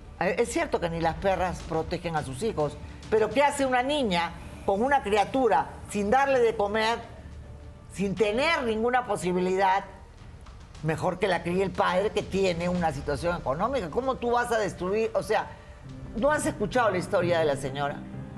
Es cierto que ni las perras protegen a sus hijos, pero ¿qué hace una niña con una criatura sin darle de comer, sin tener ninguna posibilidad? Mejor que la críe el padre que tiene una situación económica. ¿Cómo tú vas a destruir? O sea, ¿no has escuchado la historia de la señora?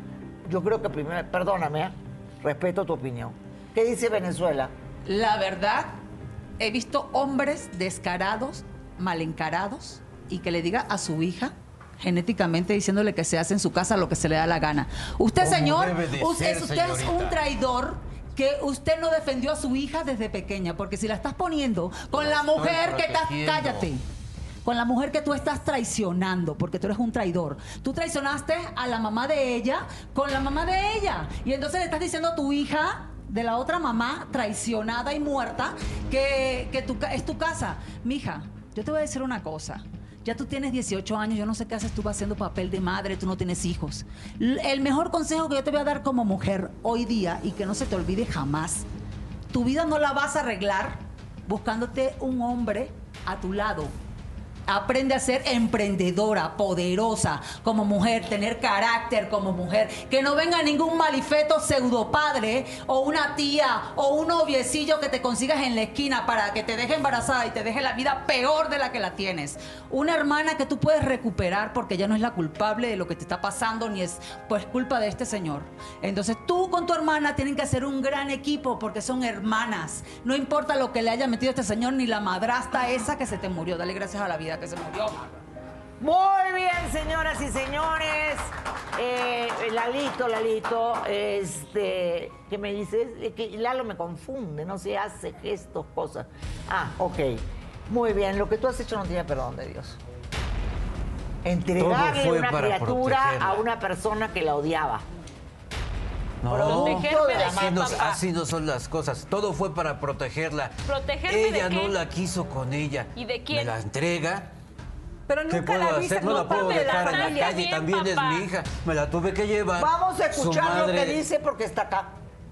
Yo creo que primero, perdóname, respeto tu opinión. ¿Qué dice Venezuela? La verdad, he visto hombres descarados, mal encarados, y que le diga a su hija, genéticamente diciéndole que se hace en su casa lo que se le da la gana. Usted, señor, usted es un traidor, que usted no defendió a su hija desde pequeña, porque si la estás poniendo con la mujer que estás... Cállate. Con la mujer que tú estás traicionando, porque tú eres un traidor. Tú traicionaste a la mamá de ella con la mamá de ella. Y entonces le estás diciendo a tu hija de la otra mamá, traicionada y muerta, que es tu casa. Mija, yo te voy a decir una cosa. Ya tú tienes 18 años, yo no sé qué haces tú haciendo papel de madre, tú no tienes hijos. El mejor consejo que yo te voy a dar como mujer hoy día, y que no se te olvide jamás, tu vida no la vas a arreglar buscándote un hombre a tu lado. Aprende a ser emprendedora, poderosa como mujer, tener carácter como mujer. Que no venga ningún malifeto pseudopadre o una tía o un noviecillo que te consigas en la esquina para que te deje embarazada y te deje la vida peor de la que la tienes. Una hermana que tú puedes recuperar porque ella no es la culpable de lo que te está pasando ni es pues culpa de este señor. Entonces tú con tu hermana tienen que hacer un gran equipo porque son hermanas. No importa lo que le haya metido este señor ni la madrastra esa que se te murió. Dale gracias a la vida que se murió. Muy bien, señoras y señores. Lalito, ¿qué me dices? Es que Lalo me confunde, no se hace gestos, cosas. Ah, ok. Muy bien, lo que tú has hecho no tiene perdón de Dios. Entregarle una criatura a una persona que la odiaba. No, Protegerme así no son las cosas. Todo fue para protegerla. ¿Protegerme Ella de qué? no la quiso con ella. ¿Y de quién? Me la entrega. Pero ¿Qué nunca puedo la viste, hacer? No la puedo parte de la dejar en la familia. calle. Bien, También es papá. mi hija. Me la tuve que llevar. Vamos a escuchar Su lo madre... que dice porque está acá.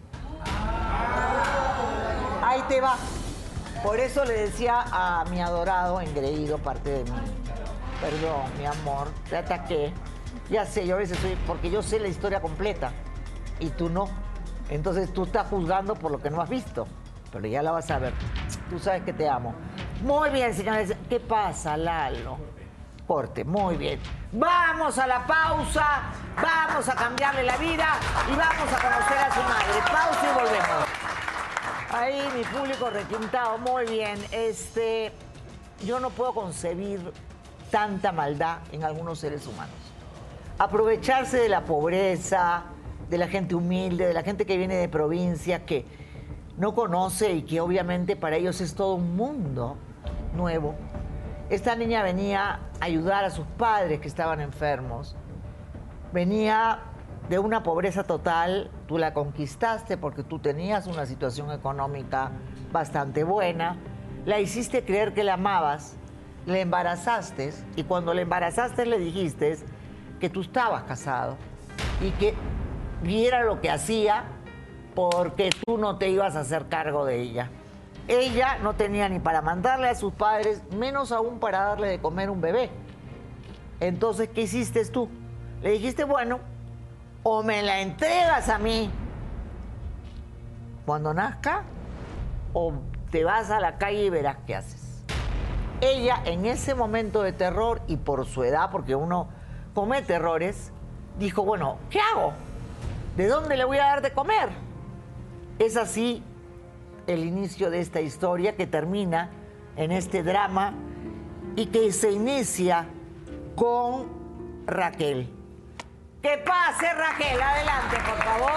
Ahí te va. Por eso le decía a mi adorado engreído, parte de mí. Perdón, mi amor, te ataqué. Ya sé, yo a veces soy... Porque yo sé la historia completa y tú no. Entonces tú estás juzgando por lo que no has visto. Pero ya la vas a ver. Tú sabes que te amo. Muy bien, señores. ¿Qué pasa, Lalo? Corte, muy bien. Vamos a la pausa. Vamos a cambiarle la vida y vamos a conocer a su madre. Pausa y volvemos. Ahí mi público requintado. Muy bien. Yo no puedo concebir tanta maldad en algunos seres humanos. Aprovecharse de la pobreza, de la gente humilde, de la gente que viene de provincia, que no conoce y que obviamente para ellos es todo un mundo nuevo. Esta niña venía a ayudar a sus padres que estaban enfermos. Venía de una pobreza total, tú la conquistaste porque tú tenías una situación económica bastante buena, la hiciste creer que la amabas, le embarazaste y cuando le embarazaste le dijiste que tú estabas casado y que viera lo que hacía porque tú no te ibas a hacer cargo de ella. Ella no tenía ni para mandarle a sus padres, menos aún para darle de comer un bebé. Entonces, ¿qué hiciste tú? Le dijiste, bueno, o me la entregas a mí cuando nazca, o te vas a la calle y verás qué haces. Ella, en ese momento de terror, y por su edad, porque uno comete errores, dijo, bueno, ¿qué hago? ¿De dónde le voy a dar de comer? Es así el inicio de esta historia que termina en este drama y que se inicia con Raquel. ¡Que pase, Raquel! Adelante, por favor.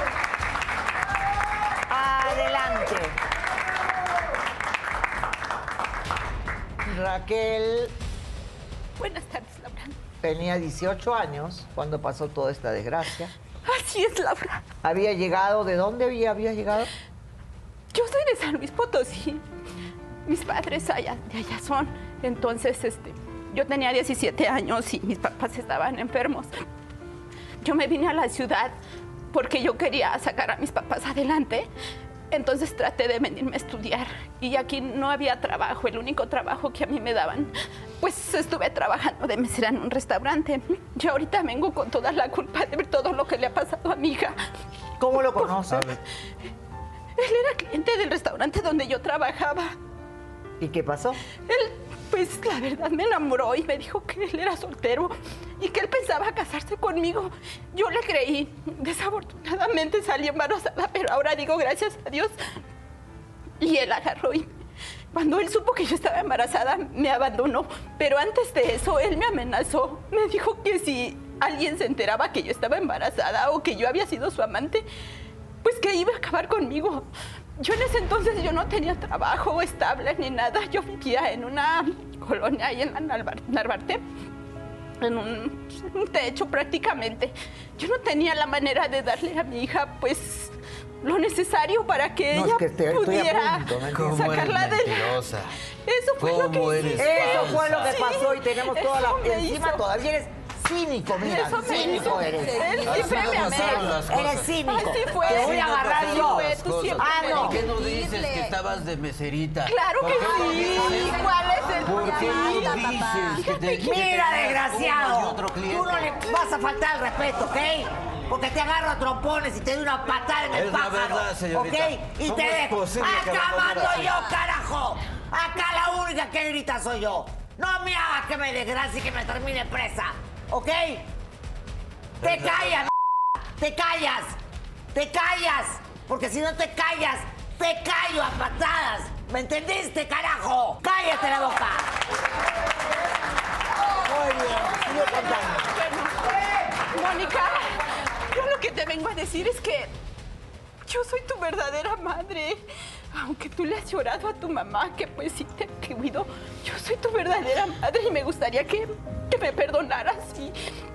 Adelante. Raquel Buenas tardes, Laura. tenía 18 años cuando pasó toda esta desgracia. Así es, Laura. Había llegado, ¿de dónde había llegado? Yo soy de San Luis Potosí. mis padres de allá son. Entonces, yo tenía 17 años y mis papás estaban enfermos. Yo me vine a la ciudad porque yo quería sacar a mis papás adelante. Entonces traté de venirme a estudiar y aquí no había trabajo. El único trabajo que a mí me daban, pues estuve trabajando de mesera en un restaurante. Yo ahorita vengo con toda la culpa de ver todo lo que le ha pasado a mi hija. ¿Cómo lo conoces? Él era cliente del restaurante donde yo trabajaba. ¿Y qué pasó? Él, pues la verdad me enamoró y me dijo que él era soltero y que él pensaba casarse conmigo. Yo le creí. Desafortunadamente salí embarazada, pero ahora digo gracias a Dios. Y él agarró y cuando él supo que yo estaba embarazada, me abandonó. Pero antes de eso, él me amenazó. Me dijo que si alguien se enteraba que yo estaba embarazada o que yo había sido su amante, pues que iba a acabar conmigo. Yo en ese entonces yo no tenía trabajo estable ni nada. Yo vivía en una colonia ahí en la Narvarte, en un techo prácticamente. Yo no tenía la manera de darle a mi hija pues lo necesario para que ella pudiera sacarla de mentirosa. Eso fue lo que hice. Eso fue lo que pasó y tenemos toda la... Encima hizo. todavía eres cínico, mira, Eso me cínico hizo. eres. Él siempre me amé. Eres cínico. Así fue. Te voy a agarrar yo. Tú siempre Ah, no. ¿Por qué no dices que estabas de meserita? Claro ¿Por que qué no sí. dices? ¿Cuál es el ¿Por qué problema, no dices que te Mira, desgraciado. uno y otro cliente? Tú no le vas a faltar al respeto, ¿ok? Porque te agarro a trompones y te doy una patada en el Es la pájaro. verdad, señorita. ¿Ok? Y ¿Cómo te es dejo. posible que la Acá pongan mando así? yo, carajo. Acá la única que grita soy yo. No me hagas que me desgracie y que me termine presa. ¿Ok? Te callas, te callas. Te callas. Porque si no te callas, te callo a patadas. ¿Me entendiste, carajo? ¡Cállate la boca! Muy bien, sigue contando. Mónica, yo lo que te vengo a decir es que yo soy tu verdadera madre. Aunque tú le has llorado a tu mamá, que pues sí te cuido, yo soy tu verdadera madre y me gustaría que me perdonaras y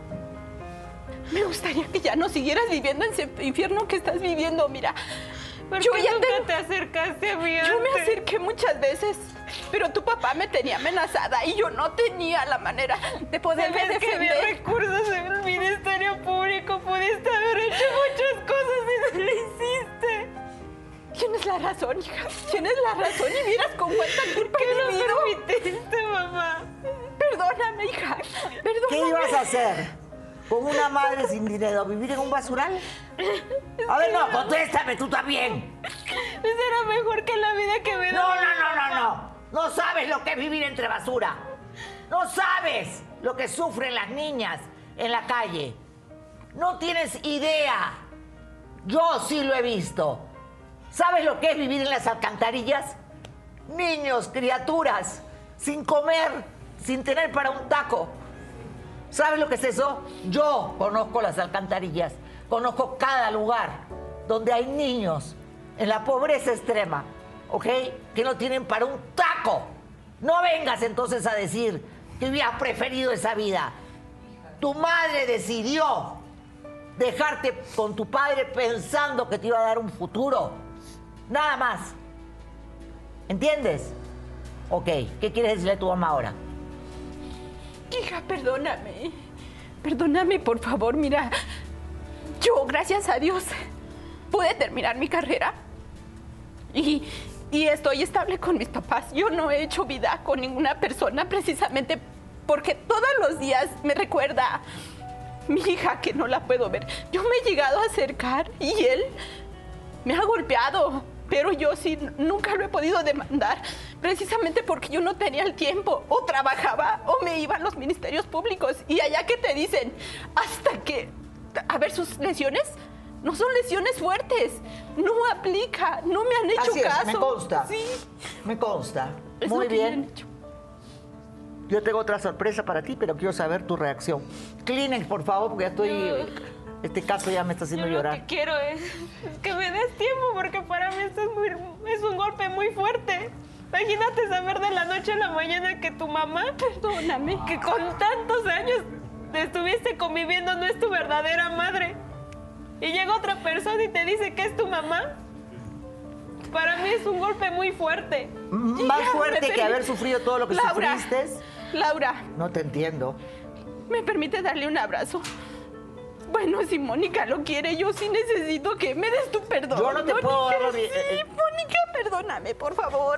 me gustaría que ya no siguieras viviendo en ese infierno que estás viviendo. Mira, yo ya te acercaste a mí antes. Yo me acerqué muchas veces, pero tu papá me tenía amenazada y yo no tenía la manera de poderme ¿Sabes que defender. había recursos en el Ministerio Público? Pudiste haber hecho muchas cosas y no lo hiciste. Tienes la razón, hija. Tienes la razón y miras con cuánta culpa ¿Qué he no vivido. permitiste, mamá? Perdóname, hija. Perdóname. ¿Qué ibas a hacer? ¿Con una madre sin dinero? ¿Vivir en un basural? A ver, no, contéstame tú también. Pues era mejor que la vida que me daba. No. No sabes lo que es vivir entre basura. No sabes lo que sufren las niñas en la calle. No tienes idea. Yo sí lo he visto. ¿Sabes lo que es vivir en las alcantarillas? Niños, criaturas, sin comer, sin tener para un taco. ¿Sabes lo que es eso? Yo conozco las alcantarillas, conozco cada lugar donde hay niños en la pobreza extrema, ¿ok? Que no tienen para un taco. No vengas entonces a decir que hubieras preferido esa vida. Tu madre decidió dejarte con tu padre pensando que te iba a dar un futuro. Nada más. ¿Entiendes? Ok, ¿qué quieres decirle a tu mamá ahora? Hija, perdóname. Perdóname, por favor. Mira, yo, gracias a Dios, pude terminar mi carrera y estoy estable con mis papás. Yo no he hecho vida con ninguna persona precisamente porque todos los días me recuerda a mi hija que no la puedo ver. Yo me he llegado a acercar y él me ha golpeado. Pero yo sí nunca lo he podido demandar, precisamente porque yo no tenía el tiempo. O trabajaba o me iba a los ministerios públicos. Y allá que te dicen, hasta que, a ver, sus lesiones no son lesiones fuertes. No aplica, no me han hecho Así es, caso. me consta. Sí. Me consta. Es Muy lo que me han bien. Yo tengo otra sorpresa para ti, pero quiero saber tu reacción. Kleenex, por favor, porque ya estoy... Este caso ya me está haciendo llorar. Lo que quiero es que me des tiempo, porque para mí esto es un golpe muy fuerte. Imagínate saber de la noche a la mañana que tu mamá, perdóname, que con tantos años estuviste conviviendo no es tu verdadera madre. Y llega otra persona y te dice que es tu mamá. Para mí es un golpe muy fuerte. Más fuerte que haber sufrido todo lo que Laura, sufriste. Laura, No te entiendo. ¿me permite darle un abrazo? Bueno, si Mónica lo quiere, yo sí necesito que me des tu perdón. Yo no te puedo dar Sí, Mónica, perdóname, por favor.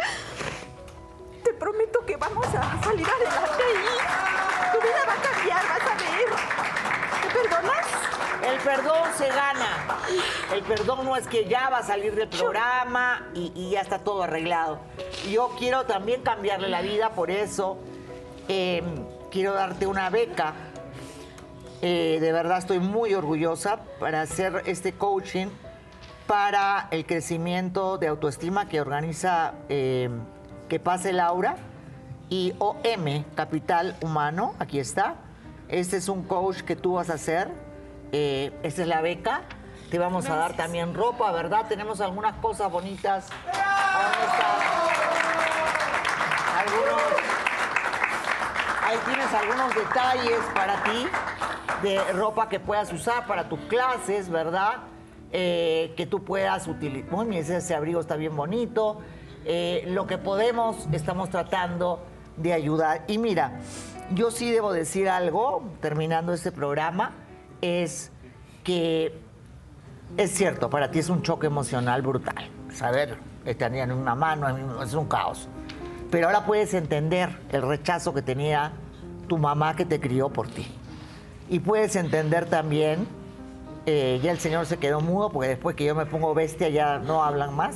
Te prometo que vamos a salir adelante y tu vida va a cambiar, vas a ver. ¿Me perdonas? El perdón se gana. El perdón no es que ya va a salir del programa y ya está todo arreglado. Yo quiero también cambiarle la vida, por eso quiero darte una beca. De verdad estoy muy orgullosa para hacer este coaching para el crecimiento de autoestima que organiza Que Pase Laura y OM, Capital Humano, aquí está. Este es un coach que tú vas a hacer. Esta es la beca. Te vamos a dar también ropa, ¿verdad? Tenemos algunas cosas bonitas. Ahí tienes algunos detalles para ti de ropa que puedas usar para tus clases, ¿verdad? Que tú puedas utilizar. Muy bien, ese abrigo está bien bonito. Lo que podemos, estamos tratando de ayudar. Y mira, yo sí debo decir algo, terminando este programa, es que es cierto, para ti es un choque emocional brutal. Saber, tenían una mano, es un caos. Pero ahora puedes entender el rechazo que tenía tu mamá que te crió por ti. Y puedes entender también, ya el señor se quedó mudo, porque después que yo me pongo bestia ya no hablan más,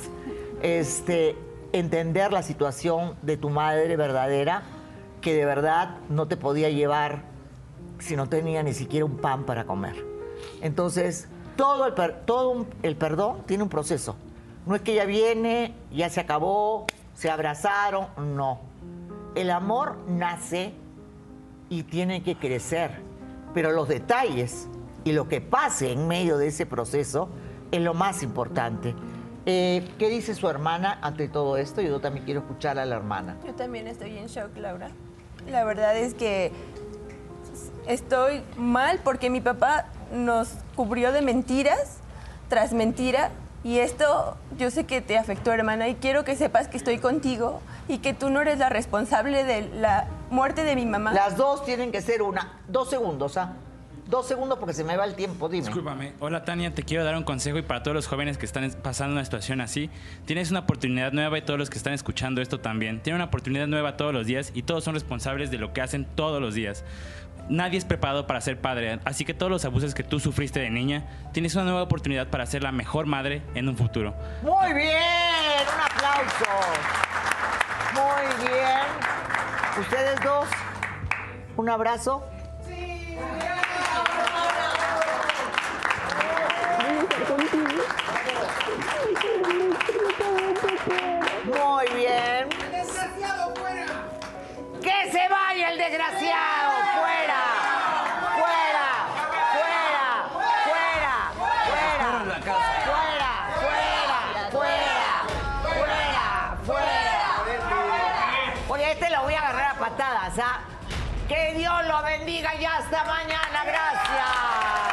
entender la situación de tu madre verdadera, que de verdad no te podía llevar si no tenía ni siquiera un pan para comer. Entonces, todo el perdón tiene un proceso. No es que ya viene, ya se acabó, se abrazaron, no. El amor nace y tiene que crecer, pero los detalles y lo que pase en medio de ese proceso es lo más importante. ¿Qué dice su hermana ante todo esto? Yo también quiero escuchar a la hermana. Yo también estoy en shock, Laura. La verdad es que estoy mal porque mi papá nos cubrió de mentiras tras mentira. Y esto yo sé que te afectó, hermana, y quiero que sepas que estoy contigo y que tú no eres la responsable de la muerte de mi mamá. Las dos tienen que ser 2 segundos, ¿ah? 2 segundos porque se me va el tiempo, dime. Discúlpame. Hola, Tania, te quiero dar un consejo y para todos los jóvenes que están pasando una situación así, tienes una oportunidad nueva y todos los que están escuchando esto también. Tienen una oportunidad nueva todos los días y todos son responsables de lo que hacen todos los días. Nadie es preparado para ser padre, así que todos los abusos que tú sufriste de niña, tienes una nueva oportunidad para ser la mejor madre en un futuro. ¡Muy bien! ¡Un aplauso! Muy bien. ¿Ustedes dos? ¿Un abrazo? Sí. Muy bien. ¡El desgraciado fuera! ¡Que se vaya el desgraciado! ¡Fuera! ¡Fuera! ¡Fuera! ¡Fuera! ¡Fuera! ¡Fuera! ¡Fuera! ¡Fuera! ¡Fuera! ¡Fuera! Oye, este lo voy a agarrar a patadas, ¿ah? Que Dios lo bendiga y hasta mañana. Gracias.